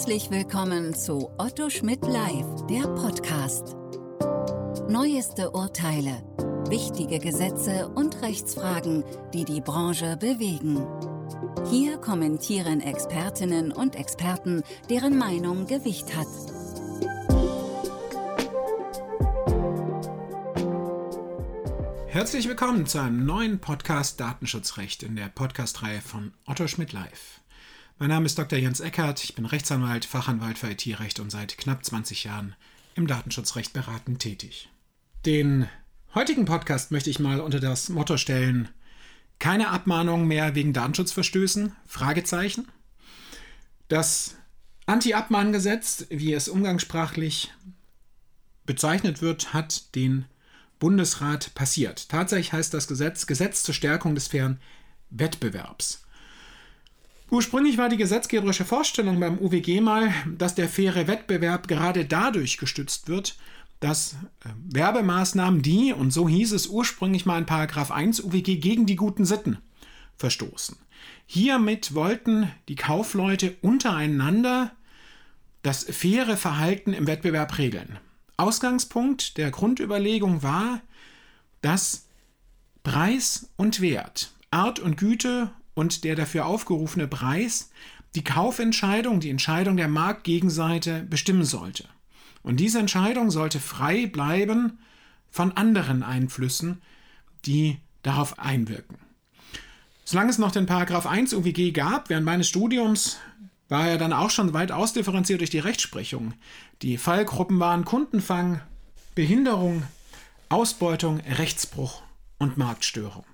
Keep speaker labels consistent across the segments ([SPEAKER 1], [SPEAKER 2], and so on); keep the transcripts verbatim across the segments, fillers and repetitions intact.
[SPEAKER 1] Herzlich willkommen zu Otto Schmidt Live, der Podcast. Neueste Urteile, wichtige Gesetze und Rechtsfragen, die die Branche bewegen. Hier kommentieren Expertinnen und Experten, deren Meinung Gewicht hat.
[SPEAKER 2] Herzlich willkommen zu einem neuen Podcast Datenschutzrecht in der Podcast-Reihe von Otto Schmidt Live. Mein Name ist Doktor Jens Eckert, ich bin Rechtsanwalt, Fachanwalt für I T-Recht und seit knapp zwanzig Jahren im Datenschutzrecht beratend tätig. Den heutigen Podcast möchte ich mal unter das Motto stellen: keine Abmahnung mehr wegen Datenschutzverstößen? Fragezeichen. Das Anti-Abmahngesetz, wie es umgangssprachlich bezeichnet wird, hat den Bundesrat passiert. Tatsächlich heißt das Gesetz Gesetz zur Stärkung des fairen Wettbewerbs. Ursprünglich war die gesetzgeberische Vorstellung beim U W G mal, dass der faire Wettbewerb gerade dadurch gestützt wird, dass äh, Werbemaßnahmen, die, und so hieß es ursprünglich mal in Paragraph eins U W G, gegen die guten Sitten verstoßen. Hiermit wollten die Kaufleute untereinander das faire Verhalten im Wettbewerb regeln. Ausgangspunkt der Grundüberlegung war, dass Preis und Wert, Art und Güte und der dafür aufgerufene Preis die Kaufentscheidung, die Entscheidung der Marktgegenseite bestimmen sollte. Und diese Entscheidung sollte frei bleiben von anderen Einflüssen, die darauf einwirken. Solange es noch den Paragraph eins U W G gab, während meines Studiums, war er dann auch schon weit ausdifferenziert durch die Rechtsprechung. Die Fallgruppen waren Kundenfang, Behinderung, Ausbeutung, Rechtsbruch und Marktstörung.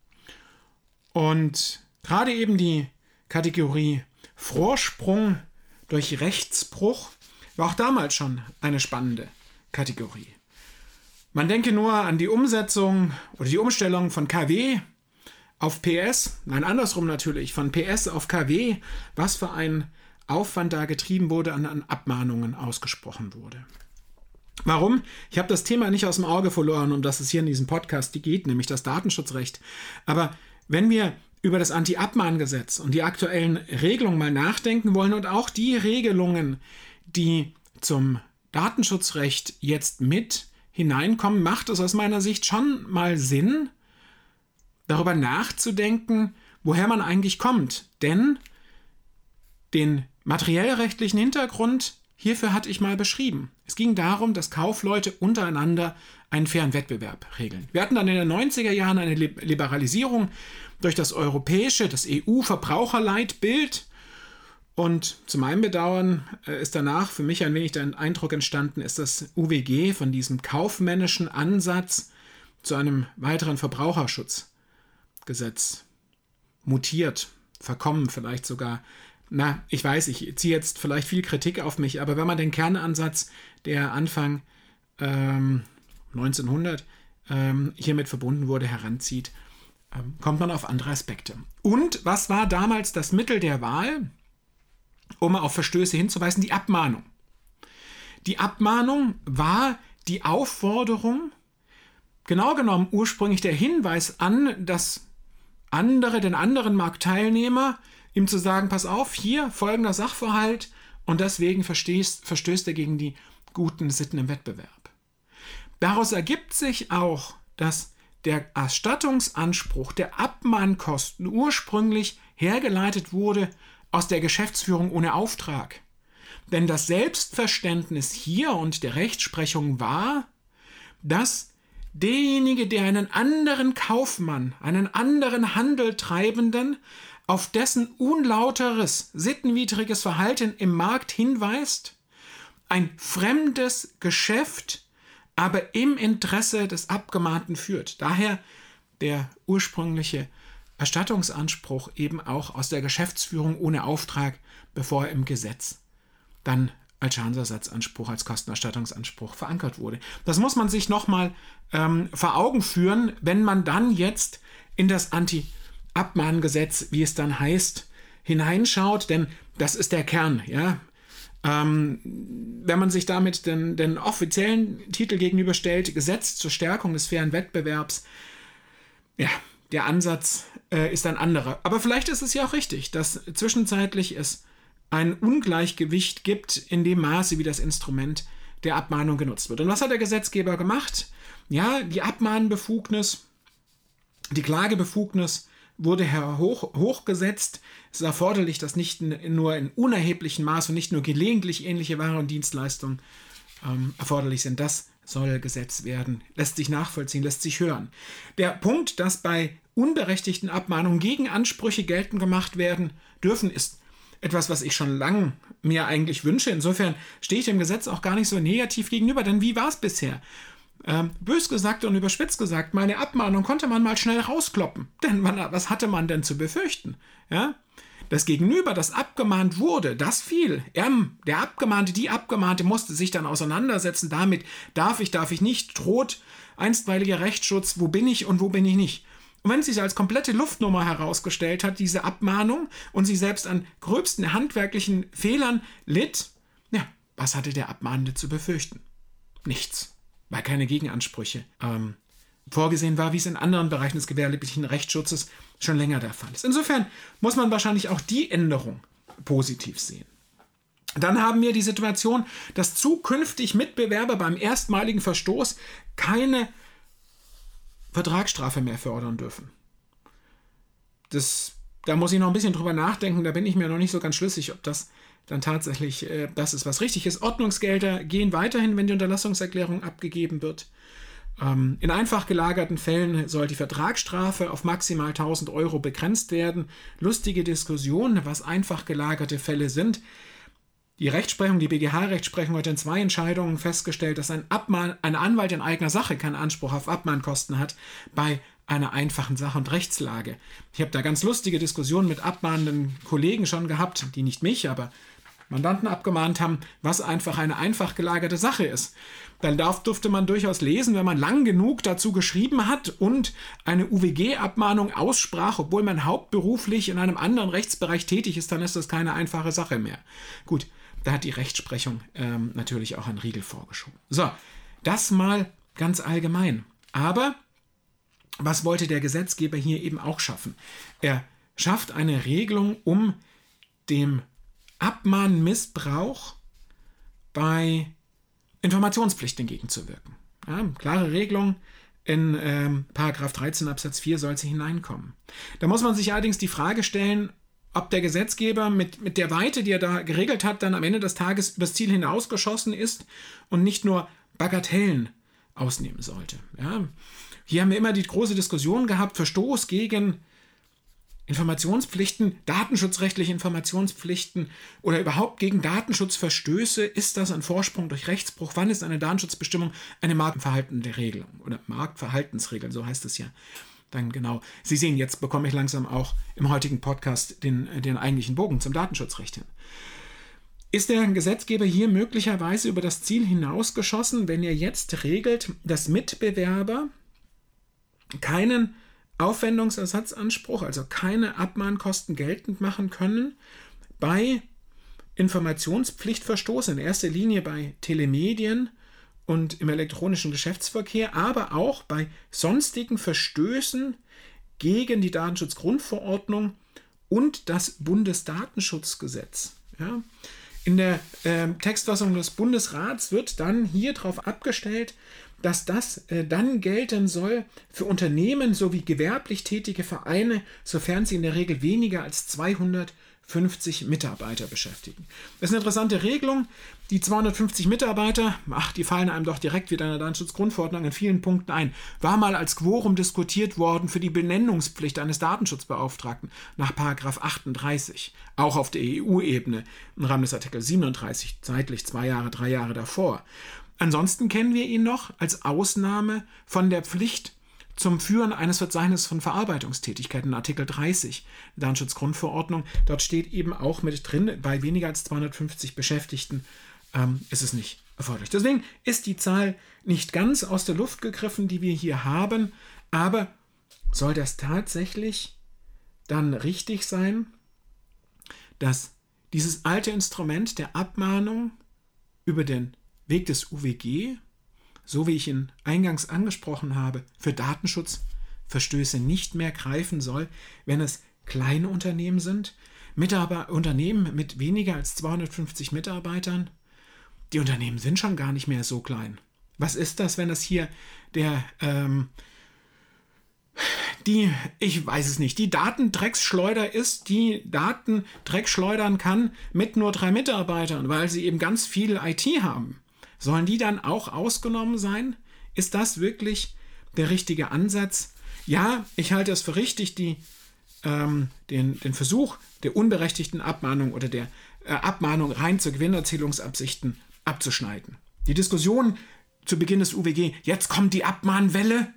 [SPEAKER 2] Und gerade eben die Kategorie Vorsprung durch Rechtsbruch war auch damals schon eine spannende Kategorie. Man denke nur an die Umsetzung oder die Umstellung von K W auf P S, nein, andersrum natürlich, von P S auf K W, was für ein Aufwand da getrieben wurde, an, an Abmahnungen ausgesprochen wurde. Warum? Ich habe das Thema nicht aus dem Auge verloren, um das es hier in diesem Podcast geht, nämlich das Datenschutzrecht. Aber wenn wir über das Anti-Abmahngesetz und die aktuellen Regelungen mal nachdenken wollen und auch die Regelungen, die zum Datenschutzrecht jetzt mit hineinkommen, macht es aus meiner Sicht schon mal Sinn, darüber nachzudenken, woher man eigentlich kommt. Denn den materiellrechtlichen Hintergrund hierfür hatte ich mal beschrieben. Es ging darum, dass Kaufleute untereinander einen fairen Wettbewerb regeln. Wir hatten dann in den neunziger Jahren eine Liberalisierung durch das europäische, das E U-Verbraucherleitbild. Und zu meinem Bedauern ist danach für mich ein wenig der Eindruck entstanden, ist das U W G von diesem kaufmännischen Ansatz zu einem weiteren Verbraucherschutzgesetz mutiert, verkommen vielleicht sogar. Na, ich weiß, ich ziehe jetzt vielleicht viel Kritik auf mich, aber wenn man den Kernansatz, der Anfang ähm, neunzehnhundert ähm, hiermit verbunden wurde, heranzieht, ähm, kommt man auf andere Aspekte. Und was war damals das Mittel der Wahl, um auf Verstöße hinzuweisen? Die Abmahnung. Die Abmahnung war die Aufforderung, genau genommen ursprünglich der Hinweis an das andere, den anderen Marktteilnehmer, ihm zu sagen, pass auf, hier folgender Sachverhalt und deswegen verstößt, verstößt er gegen die guten Sitten im Wettbewerb. Daraus ergibt sich auch, dass der Erstattungsanspruch der Abmahnkosten ursprünglich hergeleitet wurde aus der Geschäftsführung ohne Auftrag. Denn das Selbstverständnis hier und der Rechtsprechung war, dass derjenige, der einen anderen Kaufmann, einen anderen Handeltreibenden auf dessen unlauteres, sittenwidriges Verhalten im Markt hinweist, ein fremdes Geschäft, aber im Interesse des Abgemahnten führt. Daher der ursprüngliche Erstattungsanspruch eben auch aus der Geschäftsführung ohne Auftrag, bevor er im Gesetz dann als Schadensersatzanspruch, als Kostenerstattungsanspruch verankert wurde. Das muss man sich nochmal ähm, vor Augen führen, wenn man dann jetzt in das Anti-Abmahngesetz, wie es dann heißt, hineinschaut, denn das ist der Kern. Ja? Ähm, wenn man sich damit den, den offiziellen Titel gegenüberstellt, Gesetz zur Stärkung des fairen Wettbewerbs, ja, der Ansatz äh, ist ein anderer. Aber vielleicht ist es ja auch richtig, dass zwischenzeitlich es ein Ungleichgewicht gibt in dem Maße, wie das Instrument der Abmahnung genutzt wird. Und was hat der Gesetzgeber gemacht? Ja, die Abmahnbefugnis, die Klagebefugnis wurde hoch, hochgesetzt. Es ist erforderlich, dass nicht nur in unerheblichem Maß und nicht nur gelegentlich ähnliche Waren und Dienstleistungen ähm, erforderlich sind. Das soll Gesetz werden. Lässt sich nachvollziehen, lässt sich hören. Der Punkt, dass bei unberechtigten Abmahnungen Gegenansprüche geltend gemacht werden dürfen, ist etwas, was ich schon lange mir eigentlich wünsche. Insofern stehe ich dem Gesetz auch gar nicht so negativ gegenüber. Denn wie war es bisher? Ähm, bös gesagt und überspitzt gesagt, meine Abmahnung konnte man mal schnell rauskloppen. Denn man, was hatte man denn zu befürchten? Ja? Das Gegenüber, das abgemahnt wurde, das fiel. Er, der Abgemahnte, die Abgemahnte musste sich dann auseinandersetzen damit, darf ich, darf ich nicht, droht einstweiliger Rechtsschutz, wo bin ich und wo bin ich nicht. Und wenn es sich als komplette Luftnummer herausgestellt hat, diese Abmahnung, und sie selbst an gröbsten handwerklichen Fehlern litt, ja, was hatte der Abmahnende zu befürchten? Nichts, weil keine Gegenansprüche ähm, vorgesehen war, wie es in anderen Bereichen des gewerblichen Rechtsschutzes schon länger der Fall ist. Insofern muss man wahrscheinlich auch die Änderung positiv sehen. Dann haben wir die Situation, dass zukünftig Mitbewerber beim erstmaligen Verstoß keine Vertragsstrafe mehr fordern dürfen. Das, da muss ich noch ein bisschen drüber nachdenken, da bin ich mir noch nicht so ganz schlüssig, ob das dann tatsächlich äh, das ist, was richtig ist. Ordnungsgelder gehen weiterhin, wenn die Unterlassungserklärung abgegeben wird. Ähm, in einfach gelagerten Fällen soll die Vertragsstrafe auf maximal tausend Euro begrenzt werden. Lustige Diskussion, was einfach gelagerte Fälle sind. Die Rechtsprechung, die B G H-Rechtsprechung hat in zwei Entscheidungen festgestellt, dass ein, Abmahn, ein Anwalt in eigener Sache keinen Anspruch auf Abmahnkosten hat bei einer einfachen Sache und Rechtslage. Ich habe da ganz lustige Diskussionen mit abmahnenden Kollegen schon gehabt, die nicht mich, aber Mandanten abgemahnt haben, was einfach eine einfach gelagerte Sache ist. Dann darf, durfte man durchaus lesen, wenn man lang genug dazu geschrieben hat und eine U W G-Abmahnung aussprach, obwohl man hauptberuflich in einem anderen Rechtsbereich tätig ist, dann ist das keine einfache Sache mehr. Gut, da hat die Rechtsprechung ähm, natürlich auch einen Riegel vorgeschoben. So, das mal ganz allgemein. Aber was wollte der Gesetzgeber hier eben auch schaffen? Er schafft eine Regelung, um dem Abmahnmissbrauch bei Informationspflichten entgegenzuwirken. Ja, klare Regelung, in ähm, Paragraph dreizehn Absatz vier soll sie hineinkommen. Da muss man sich allerdings die Frage stellen, ob der Gesetzgeber mit, mit der Weite, die er da geregelt hat, dann am Ende des Tages übers Ziel hinausgeschossen ist und nicht nur Bagatellen ausnehmen sollte. Ja, hier haben wir immer die große Diskussion gehabt, Verstoß gegen Informationspflichten, datenschutzrechtliche Informationspflichten oder überhaupt gegen Datenschutzverstöße. Ist das ein Vorsprung durch Rechtsbruch? Wann ist eine Datenschutzbestimmung eine marktverhaltende Regelung oder Marktverhaltensregel, so heißt es ja. Dann genau. Sie sehen, jetzt bekomme ich langsam auch im heutigen Podcast den, den eigentlichen Bogen zum Datenschutzrecht hin. Ist der Gesetzgeber hier möglicherweise über das Ziel hinausgeschossen, wenn er jetzt regelt, dass Mitbewerber keinen Aufwendungsersatzanspruch, also keine Abmahnkosten geltend machen können bei Informationspflichtverstoß, in erster Linie bei Telemedien und im elektronischen Geschäftsverkehr, aber auch bei sonstigen Verstößen gegen die Datenschutzgrundverordnung und das Bundesdatenschutzgesetz. Ja? In der äh, Textfassung des Bundesrats wird dann hier darauf abgestellt, dass das äh, dann gelten soll für Unternehmen sowie gewerblich tätige Vereine, sofern sie in der Regel weniger als zweihundertfünfzig Mitarbeiter beschäftigen. Das ist eine interessante Regelung. Die zweihundertfünfzig Mitarbeiter, ach, die fallen einem doch direkt wieder in der Datenschutzgrundverordnung in vielen Punkten ein. War mal als Quorum diskutiert worden für die Benennungspflicht eines Datenschutzbeauftragten nach Paragraph achtunddreißig, auch auf der E U-Ebene im Rahmen des Artikel siebenunddreißig, zeitlich zwei Jahre, drei Jahre davor. Ansonsten kennen wir ihn noch als Ausnahme von der Pflicht zum Führen eines Verzeichnisses von Verarbeitungstätigkeiten, Artikel dreißig der Datenschutzgrundverordnung. Dort steht eben auch mit drin, bei weniger als zweihundertfünfzig Beschäftigten ähm, ist es nicht erforderlich. Deswegen ist die Zahl nicht ganz aus der Luft gegriffen, die wir hier haben, aber soll das tatsächlich dann richtig sein, dass dieses alte Instrument der Abmahnung über den Weg des U W G, so wie ich ihn eingangs angesprochen habe, für Datenschutzverstöße nicht mehr greifen soll, wenn es kleine Unternehmen sind, Mitarbeiter, Unternehmen mit weniger als zweihundertfünfzig Mitarbeitern, die Unternehmen sind schon gar nicht mehr so klein. Was ist das, wenn das hier der, ähm, die, ich weiß es nicht, die Datendrecksschleuder ist, die Daten dreckschleudern kann mit nur drei Mitarbeitern, weil sie eben ganz viel I T haben. Sollen die dann auch ausgenommen sein? Ist das wirklich der richtige Ansatz? Ja, ich halte es für richtig, die, ähm, den, den Versuch der unberechtigten Abmahnung oder der äh, Abmahnung rein zu Gewinnerzielungsabsichten abzuschneiden. Die Diskussion zu Beginn des U W G, jetzt kommt die Abmahnwelle,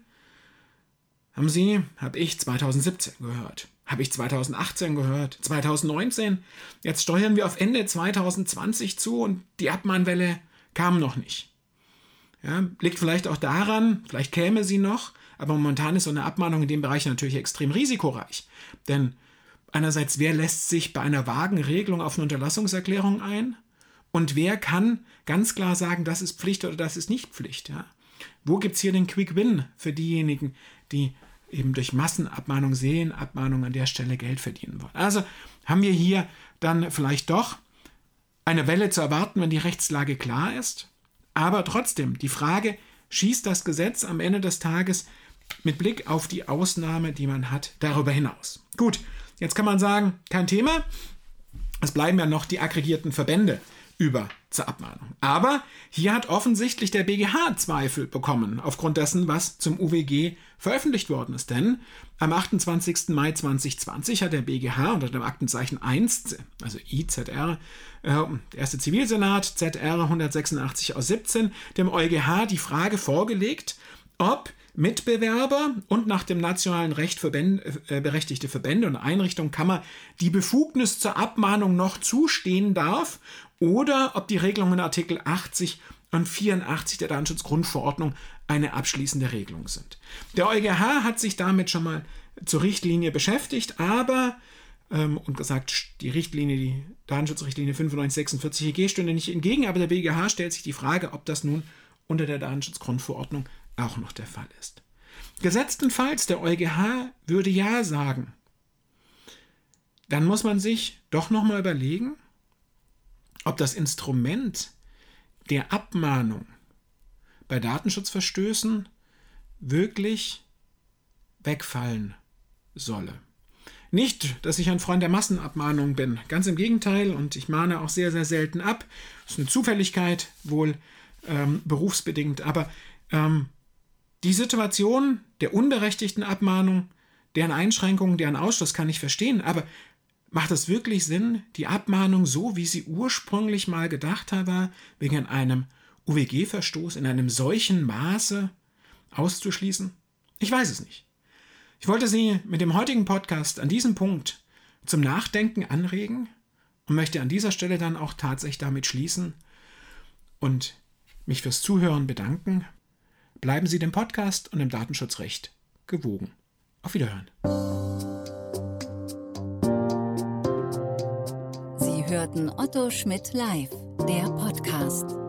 [SPEAKER 2] haben Sie, habe ich zweitausendsiebzehn gehört, habe ich zweitausendachtzehn gehört, zweitausendneunzehn, jetzt steuern wir auf Ende zweitausendzwanzig zu und die Abmahnwelle kam noch nicht. Ja, liegt vielleicht auch daran, vielleicht käme sie noch, aber momentan ist so eine Abmahnung in dem Bereich natürlich extrem risikoreich. Denn einerseits, wer lässt sich bei einer vagen Regelung auf eine Unterlassungserklärung ein? Und wer kann ganz klar sagen, das ist Pflicht oder das ist nicht Pflicht? Ja? Wo gibt es hier den Quick Win für diejenigen, die eben durch Massenabmahnung sehen, Abmahnung an der Stelle Geld verdienen wollen? Also haben wir hier dann vielleicht doch eine Welle zu erwarten, wenn die Rechtslage klar ist. Aber trotzdem, die Frage, schießt das Gesetz am Ende des Tages mit Blick auf die Ausnahme, die man hat, darüber hinaus? Gut, jetzt kann man sagen, kein Thema, es bleiben ja noch die aggregierten Verbände über zur Abmahnung. Aber hier hat offensichtlich der B G H Zweifel bekommen, aufgrund dessen, was zum U W G veröffentlicht worden ist. Denn am achtundzwanzigsten Mai zweitausendzwanzig hat der B G H unter dem Aktenzeichen eins, also I Z R, äh, der erste Zivilsenat, Z R hundertsechsundachtzig aus siebzehn, dem EuGH die Frage vorgelegt, ob Mitbewerber und nach dem nationalen Recht Verbände, äh, berechtigte Verbände und Einrichtungen, Kammer, die Befugnis zur Abmahnung noch zustehen darf oder ob die Regelungen Artikel achtzig und vierundachtzig der Datenschutzgrundverordnung eine abschließende Regelung sind. Der EuGH hat sich damit schon mal zur Richtlinie beschäftigt, aber ähm, und gesagt, die Richtlinie, die Datenschutzrichtlinie fünfundneunzig sechsundvierzig E G stünde nicht entgegen, aber der B G H stellt sich die Frage, ob das nun unter der Datenschutzgrundverordnung auch noch der Fall ist. Gesetztenfalls, der EuGH würde ja sagen, dann muss man sich doch nochmal überlegen, ob das Instrument der Abmahnung bei Datenschutzverstößen wirklich wegfallen solle. Nicht, dass ich ein Freund der Massenabmahnung bin, ganz im Gegenteil, und ich mahne auch sehr, sehr selten ab. Das ist eine Zufälligkeit, wohl ähm, berufsbedingt, aber ähm, die Situation der unberechtigten Abmahnung, deren Einschränkungen, deren Ausschluss kann ich verstehen, aber macht es wirklich Sinn, die Abmahnung so, wie sie ursprünglich mal gedacht war, wegen einem U W G-Verstoß in einem solchen Maße auszuschließen? Ich weiß es nicht. Ich wollte Sie mit dem heutigen Podcast an diesem Punkt zum Nachdenken anregen und möchte an dieser Stelle dann auch tatsächlich damit schließen und mich fürs Zuhören bedanken. Bleiben Sie dem Podcast und dem Datenschutzrecht gewogen. Auf Wiederhören.
[SPEAKER 1] Sie hörten Otto Schmidt live, der Podcast.